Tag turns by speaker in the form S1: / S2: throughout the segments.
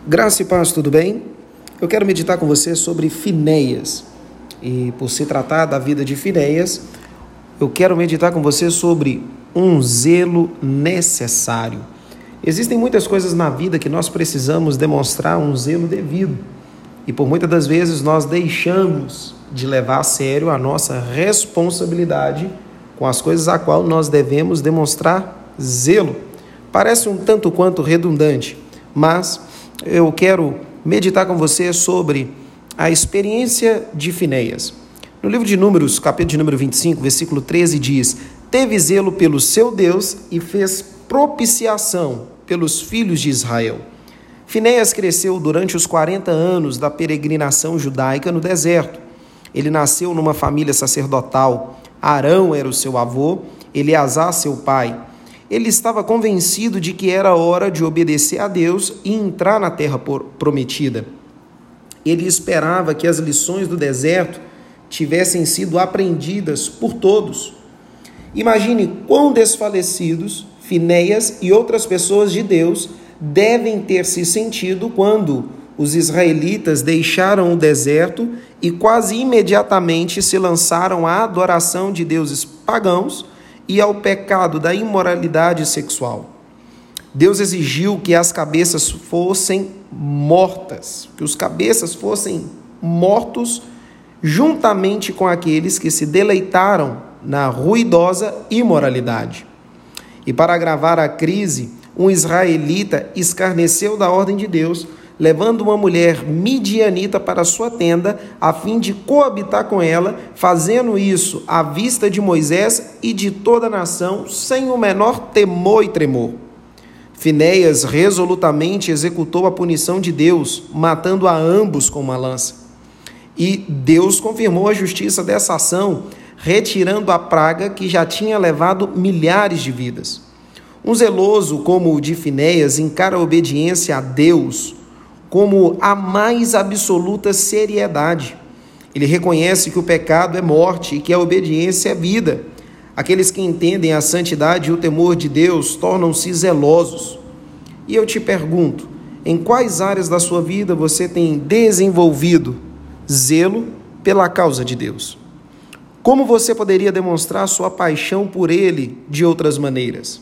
S1: Graça e paz, tudo bem? Eu quero meditar com você sobre Finéias. E por se tratar da vida de Finéias, eu quero meditar com você sobre um zelo necessário. Existem muitas coisas na vida que nós precisamos demonstrar um zelo devido. E por muitas das vezes nós deixamos de levar a sério a nossa responsabilidade com as coisas a qual nós devemos demonstrar zelo. Parece um tanto quanto redundante, mas eu quero meditar com você sobre a experiência de Finéias. No livro de Números, capítulo de número 25, versículo 13, diz: teve zelo pelo seu Deus e fez propiciação pelos filhos de Israel. Finéias cresceu durante os 40 anos da peregrinação judaica no deserto. Ele nasceu numa família sacerdotal. Arão era o seu avô, Eleazar seu pai. Ele estava convencido de que era hora de obedecer a Deus e entrar na terra prometida. Ele esperava que as lições do deserto tivessem sido aprendidas por todos. Imagine quão desfalecidos Finéias e outras pessoas de Deus devem ter se sentido quando os israelitas deixaram o deserto e quase imediatamente se lançaram à adoração de deuses pagãos e ao pecado da imoralidade sexual. Deus exigiu que as cabeças fossem mortas, que os cabeças fossem mortos juntamente com aqueles que se deleitaram na ruidosa imoralidade. E para agravar a crise, um israelita escarneceu da ordem de Deus, levando uma mulher midianita para sua tenda, a fim de coabitar com ela, fazendo isso à vista de Moisés e de toda a nação, sem o menor temor e tremor. Finéias resolutamente executou a punição de Deus, matando a ambos com uma lança. E Deus confirmou a justiça dessa ação, retirando a praga que já tinha levado milhares de vidas. Um zeloso como o de Finéias encara a obediência a Deus como a mais absoluta seriedade. Ele reconhece que o pecado é morte e que a obediência é vida. Aqueles que entendem a santidade e o temor de Deus tornam-se zelosos. E eu te pergunto, em quais áreas da sua vida você tem desenvolvido zelo pela causa de Deus? Como você poderia demonstrar sua paixão por Ele de outras maneiras?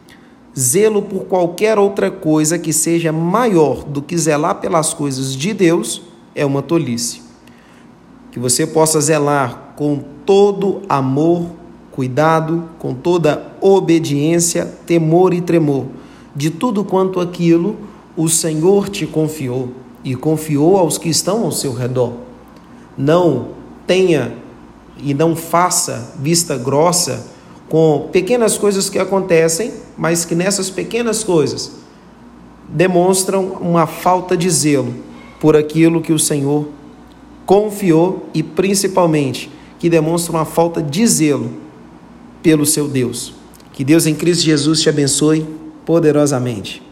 S1: Zelo por qualquer outra coisa que seja maior do que zelar pelas coisas de Deus é uma tolice. Que você possa zelar com todo amor, cuidado, com toda obediência, temor e tremor, de tudo quanto aquilo o Senhor te confiou e confiou aos que estão ao seu redor. Não tenha e não faça vista grossa com pequenas coisas que acontecem, mas que nessas pequenas coisas demonstram uma falta de zelo por aquilo que o Senhor confiou e principalmente que demonstram uma falta de zelo pelo seu Deus. Que Deus em Cristo Jesus te abençoe poderosamente.